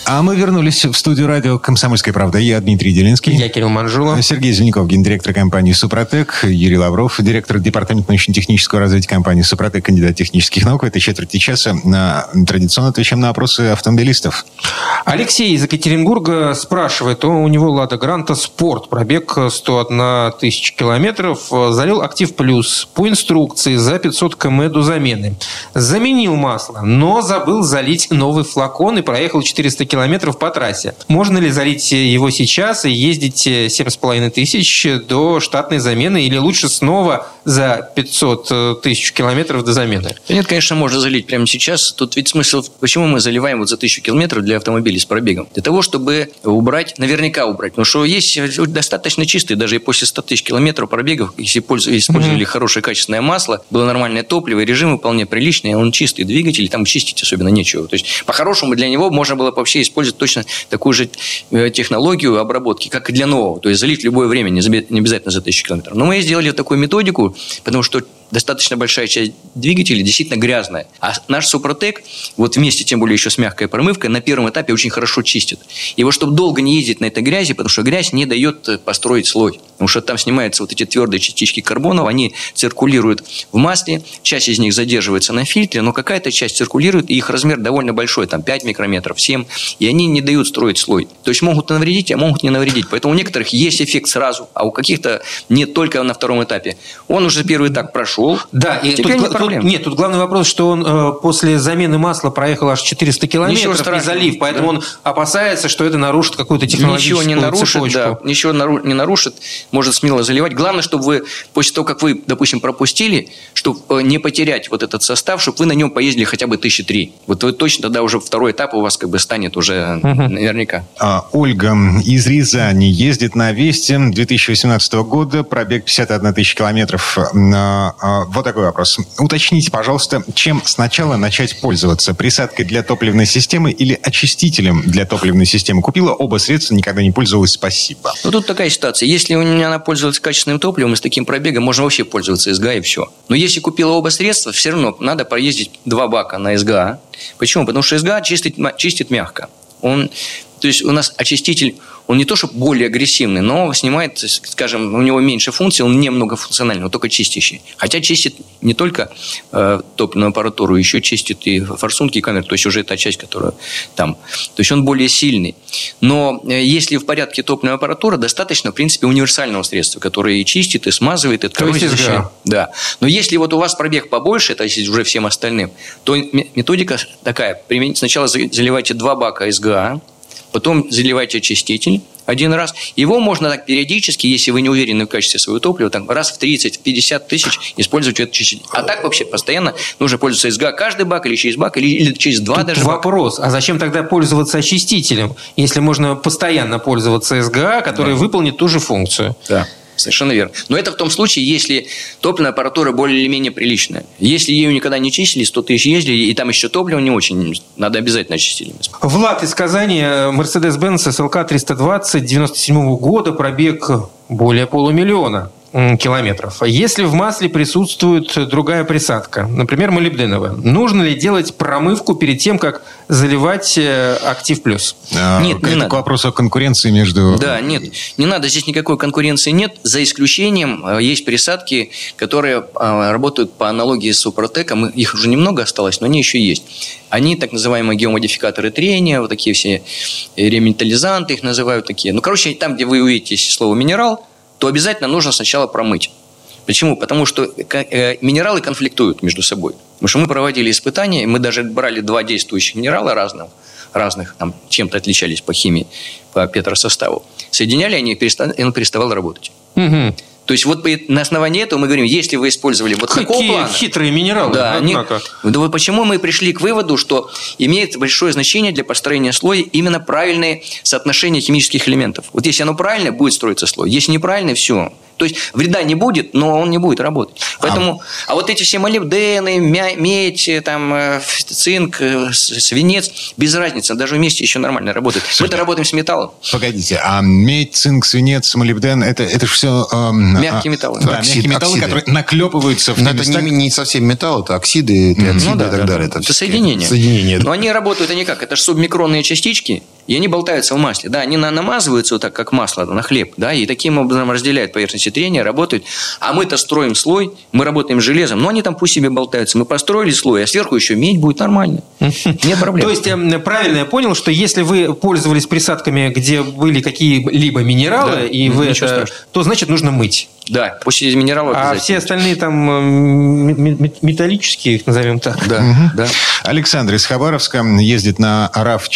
А мы вернулись в студию радио «Комсомольская правда». Я Дмитрий Делинский. Я Кирилл Манжула. Сергей Зеленков, гендиректор компании «Супротек». Юрий Лавров, директор департамента научно-технического развития компании «Супротек», кандидат технических наук. В этой четверти часа традиционно отвечаем на опросы автомобилистов. Алексей из Екатеринбурга спрашивает. У него «Лада Гранта Спорт». Пробег 101 тысяча километров. Залил «Актив Плюс» по инструкции за 500 км до замены. Заменил масло, но забыл залить новый флакон и проехал 400 километров по трассе. Можно ли залить его сейчас и ездить 7,5 тысяч до штатной замены, или лучше снова за 500 тысяч километров до замены? Нет, конечно, можно залить прямо сейчас. Тут ведь смысл, почему мы заливаем вот за 1000 километров для автомобилей с пробегом? Для того, чтобы наверняка убрать. Потому что есть достаточно чистые, даже и после 100 тысяч километров пробегов, если использовали хорошее качественное масло, было нормальное топливо, и режим вполне приличный, он чистый двигатель, там чистить особенно нечего. То есть, по-хорошему, для него можно было вообще использовать точно такую же технологию обработки, как и для нового. То есть, залить в любое время, не обязательно за 1000 километров. Но мы сделали такую методику, потому что достаточно большая часть двигателей действительно грязная. А наш Супротек, вот вместе, тем более еще с мягкой промывкой, на первом этапе очень хорошо чистит. И вот чтобы долго не ездить на этой грязи, потому что грязь не дает построить слой. Потому что там снимаются вот эти твердые частички карбона, они циркулируют в масле, часть из них задерживается на фильтре, но какая-то часть циркулирует, и их размер довольно большой, там 5 микрометров, 7, и они не дают строить слой. То есть могут навредить, а могут не навредить. Поэтому у некоторых есть эффект сразу, а у каких-то нет, только на втором этапе. Он уже первый этап прошел. Да, и тут главный вопрос, что он после замены масла проехал аж 400 километров не залив, поэтому он опасается, что это нарушит какую-то технологическую цепочку. Ничего не нарушит, может смело заливать. Главное, чтобы вы, после того, как вы, допустим, пропустили, чтобы не потерять вот этот состав, чтобы вы на нем поездили хотя бы 1003. Вот вы точно тогда уже второй этап у вас как бы станет уже наверняка. Ольга из Рязани ездит на Весте 2018 года, пробег 51 тысяча километров. Вот такой вопрос. Уточните, пожалуйста, чем сначала начать пользоваться? Присадкой для топливной системы или очистителем для топливной системы? Купила оба средства, никогда не пользовалась, спасибо. Ну, тут такая ситуация. Если у меня она пользуется качественным топливом и с таким пробегом, можно вообще пользоваться СГА и все. Но если купила оба средства, все равно надо проездить 2 бака на СГА. Почему? Потому что СГА чистит мягко. То есть у нас очиститель, он не то, что более агрессивный, но снимает, скажем, у него меньше функций, он не многофункциональный, он только чистящий. Хотя чистит не только топливную аппаратуру, еще чистит и форсунки, и камеры, то есть уже та часть, которая там. То есть он более сильный. Но если в порядке топливной аппаратуры, достаточно, в принципе, универсального средства, которое и чистит, и смазывает, и коррозию. Да. Но если вот у вас пробег побольше, это если уже всем остальным, то методика такая. Сначала заливайте 2 бака СГА, потом заливайте очиститель 1 раз. Его можно так периодически, если вы не уверены в качестве своего топлива, там, раз в 30-50 тысяч использовать этот очиститель. А так вообще постоянно нужно пользоваться СГА каждый бак или через бак, или через 2 Тут даже вопрос, а зачем тогда пользоваться очистителем, если можно постоянно пользоваться СГА, который выполнит ту же функцию? Да. Совершенно верно. Но это в том случае, если топливная аппаратура более или менее приличная. Если ее никогда не чистили, 100 тысяч ездили, и там еще топливо не очень, надо обязательно очистителем. Влад из Казани, Mercedes-Benz SLK 320 97 года, пробег более 500 000 километров. Если в масле присутствует другая присадка, например, молибденовая, нужно ли делать промывку перед тем, как заливать Актив Плюс? Нет, не надо. К вопросу о конкуренции между... Да, нет, не надо. Здесь никакой конкуренции нет. За исключением есть присадки, которые работают по аналогии с Супротеком. Их уже немного осталось, но они еще есть. Они так называемые геомодификаторы трения, вот такие все реметаллизанты их называют такие. Ну, короче, там, где вы увидите слово «минерал», то обязательно нужно сначала промыть. Почему? Потому что минералы конфликтуют между собой. Потому что мы проводили испытания, мы даже брали 2 действующих минерала разных, там, чем-то отличались по химии, по петросоставу. Соединяли они, и он переставал работать. Угу. То есть вот на основании этого мы говорим, если вы использовали вот такого плана... Какие хитрые минералы. Да, вот почему мы пришли к выводу, что имеет большое значение для построения слоя именно правильное соотношение химических элементов. Вот если оно правильное, будет строиться слой. Если неправильное, все. То есть вреда не будет, но он не будет работать. Поэтому, а вот эти все молибдены, медь, там, цинк, свинец, без разницы, даже вместе еще нормально работает. Мы-то работаем с металлом. Погодите, а медь, цинк, свинец, молибден, это же все Мягкие металлы. Да, мягкие металлы, которые наклепываются в но это не совсем металл, это оксиды, оксиды и так далее. Это соединения. Но они работают, они как? Это же субмикронные частички, и они болтаются в масле. Да, они намазываются вот так, как масло на хлеб, да, и таким образом разделяют поверхности трения, работают. А мы-то строим слой, мы работаем с железом, но они там пусть себе болтаются. Мы построили слой, а сверху еще медь будет нормально. Нет проблем. То есть, правильно я понял, что если вы пользовались присадками, где были какие-либо минералы, и вы это, то значит нужно мыть. Да, после минералов. А все остальные там металлические, их назовем так. Да. Александр из Хабаровска ездит на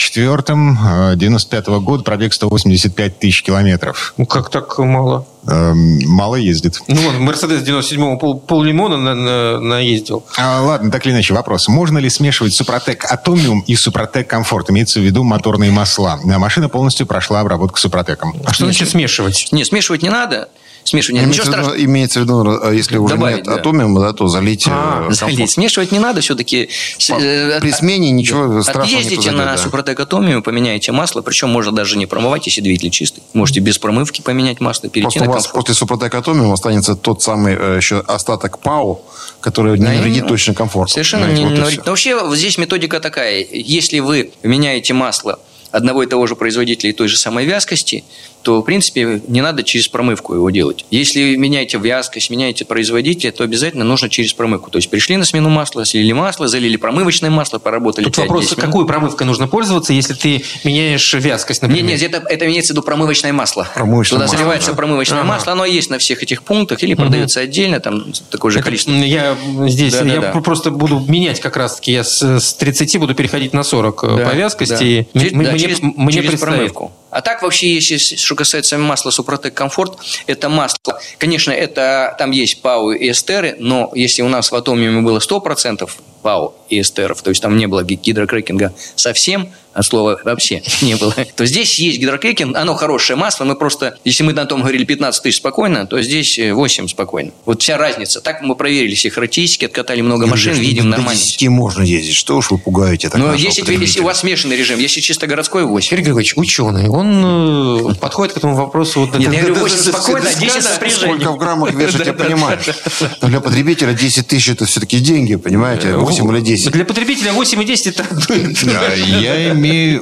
RAV4 95-го года, пробег 185 тысяч километров. Ну, как так мало? Мало ездит. Ну, вот, Мерседес 97-го пол-лимона наездил. Ладно, так или иначе, вопрос. Можно ли смешивать Супротек Атомиум и Супротек Комфорт? Имеется в виду моторные масла. Машина полностью прошла обработку Супротеком. А что значит смешивать? Нет, смешивать не надо. Имеется в виду, если уже добавить, нет атомиума, да, то залить комфорт. Смешивать не надо все-таки. При смене ничего страшного не произойдет. Ездите на Супротек Атомиум, поменяете масло, причем можно даже не промывать, если двигатель чистый. Можете без промывки поменять масло, перейти на комфорт. Просто у вас после Супротек Атомиум останется тот самый еще остаток ПАО, который не навредит точно комфорту. Совершенно не навредит. Но вообще здесь методика такая. Если вы меняете масло одного и того же производителя и той же самой вязкости, то, в принципе, не надо через промывку его делать. Если меняете вязкость, меняете производителя, то обязательно нужно через промывку. То есть пришли на смену масла, слили масло, залили промывочное масло, поработали. Тут вопрос, какой промывкой нужно пользоваться, если ты меняешь вязкость, например? Нет, это имеется в виду промывочное масло. Туда заливается промывочное масло, оно есть на всех этих пунктах, или продается отдельно, там такое же количество. Я просто буду менять как раз-таки, я с 30 буду переходить на 40 по вязкости. Через промывку. А так вообще, если что касается масла Супротек Комфорт, это масло, конечно, там есть ПАО и эстеры, но если у нас в Атомиуме было 100% ПАО и эстеров, то есть там не было гидрокрекинга совсем, от слова вообще не было, то здесь есть гидрокрекинг, оно хорошее масло, мы просто, если мы на том говорили 15 тысяч спокойно, то здесь 8 спокойно. Вот вся разница. Так мы проверили все характеристики, откатали много машин, видим нормально. До 10 можно ездить, что уж вы пугаете. Но если у вас смешанный режим, если чисто городской, 8. Сергей Григорьевич, ученый, он подходит к этому вопросу. Нет, я говорю, 8 спокойно, 10 напряжения. Сколько в граммах вешать, я понимаю. Но для потребителя 10 тысяч это все-таки деньги, понимаете, 8 или 10. Для потребителя 8 и 10 это... Я имею...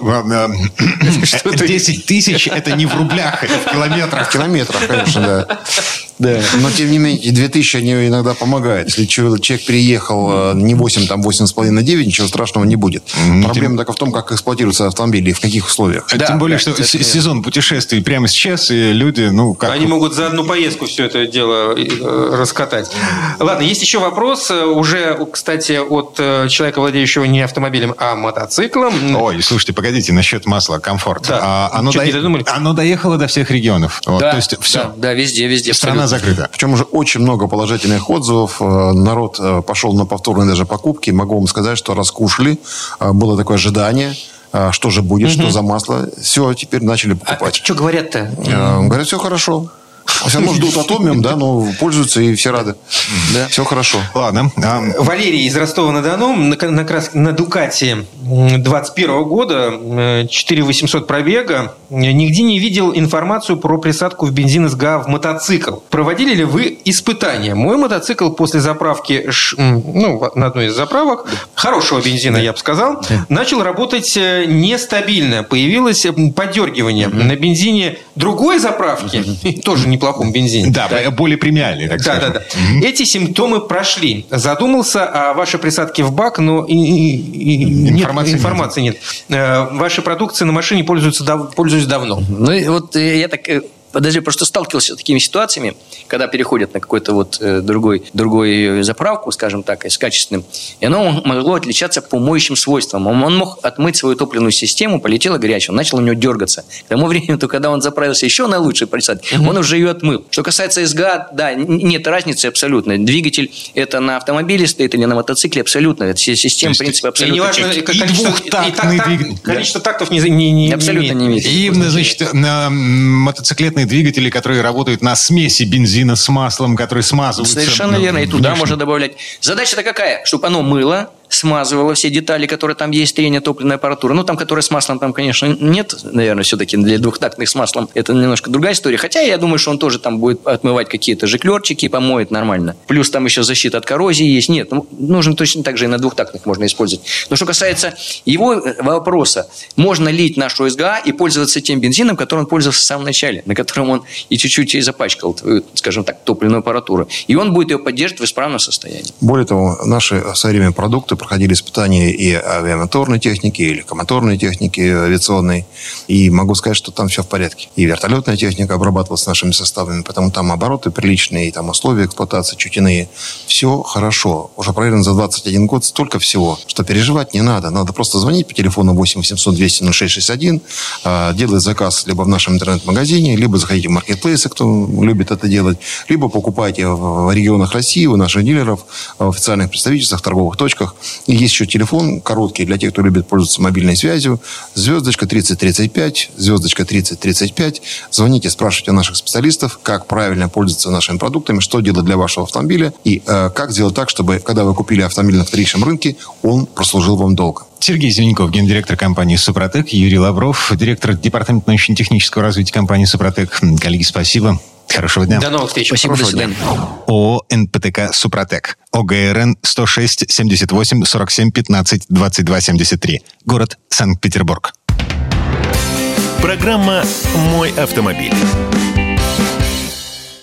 10 тысяч это не в рублях, это в километрах. В километрах, конечно, да. Но, тем не менее, 2000 они иногда помогают. Если человек переехал не 8, там 8,5, 9, ничего страшного не будет. Проблема только в том, как эксплуатируются автомобили и в каких условиях. Тем более, что сезон путешествий прямо сейчас, и люди, Они могут за одну поездку все это дело раскатать. Ладно, есть еще вопрос. Уже, кстати, от человека, владеющего не автомобилем, а мотоциклом. Ой, слушайте, погодите, насчет масла «Комфорт». Да. Оно доехало до всех регионов. Да, то есть все. Да, везде. Страна закрыта. Причем уже очень много положительных отзывов. Народ пошел на повторные даже покупки. Могу вам сказать, что раскушали. Было такое ожидание. Что же будет, что за масло. Все, теперь начали покупать. Что говорят-то? Говорят, все хорошо. Все равно ждут Атомиум, да, но пользуются и все рады. Да. Все хорошо. Ладно. Валерий из Ростова-на-Дону на Дукате 21 года, 4800 пробега, нигде не видел информацию про присадку в бензин СГА в мотоцикл. Проводили ли вы испытания? Мой мотоцикл после заправки, на одной из заправок, хорошего бензина, я бы сказал, начал работать нестабильно. Появилось подергивание. На бензине другой заправки, тоже неплохом бензине. Да, более премиальный, так скажем. Да. Эти симптомы прошли. Задумался о вашей присадке в бак, но информации нет. Вашей продукцией на машине пользуюсь давно. Ну, и вот я так... просто сталкивался с такими ситуациями, когда переходят на какой-то другой заправку, скажем так, с качественным, и оно могло отличаться по моющим свойствам. Он мог отмыть свою топливную систему, полетела горячая, он начал у него дергаться. К тому времени, когда он заправился еще на лучшей присадке, он уже ее отмыл. Что касается СГА, да, нет разницы абсолютно. Двигатель это на автомобиле стоит или на мотоцикле абсолютно. Все системы, в принципе, абсолютно. Количество тактов не абсолютно не имеет. И, значит, на мотоциклетные двигатели, которые работают на смеси бензина с маслом, которые смазываются. Совершенно верно. И туда можно добавлять. Задача-то какая? Чтобы оно мыло, смазывала все детали, которые там есть, трение топливной аппаратуры. Ну, там, которые с маслом, там, конечно, нет, наверное, все-таки для двухтактных с маслом это немножко другая история. Хотя я думаю, что он тоже там будет отмывать какие-то жиклерчики, помоет нормально. Плюс там еще защита от коррозии есть. Нет, нужно точно так же и на двухтактных можно использовать. Но что касается его вопроса, можно лить нашу СГА и пользоваться тем бензином, которым он пользовался в самом начале, на котором он и чуть-чуть запачкал твою, скажем так, топливную аппаратуру. И он будет ее поддерживать в исправном состоянии. Более того, наши современные продукты проходили испытания и авиамоторной техники, и легкомоторной техники авиационной. И могу сказать, что там все в порядке. И вертолетная техника обрабатывалась нашими составами, потому там обороты приличные, и там условия эксплуатации чуть иные. Все хорошо. Уже проверено за 21 год столько всего, что переживать не надо. Надо просто звонить по телефону 8 800 200 0661, делать заказ либо в нашем интернет-магазине, либо заходите в маркетплейсы, кто любит это делать, либо покупайте в регионах России, у наших дилеров, в официальных представительствах, торговых точках. И есть еще телефон короткий для тех, кто любит пользоваться мобильной связью. Звездочка 3035, звездочка 3035. Звоните, спрашивайте у наших специалистов, как правильно пользоваться нашими продуктами, что делать для вашего автомобиля и как сделать так, чтобы, когда вы купили автомобиль на вторичном рынке, он прослужил вам долго. Сергей Зеленков, гендиректор компании «Супротек», Юрий Лавров, директор департамента научно-технического развития компании «Супротек». Коллеги, спасибо. Хорошего дня. До новых встреч. Спасибо, до свидания. ООО «НПТК Супротек». ОГРН 106 78 47 15 22 73. Город Санкт-Петербург. Программа «Мой автомобиль».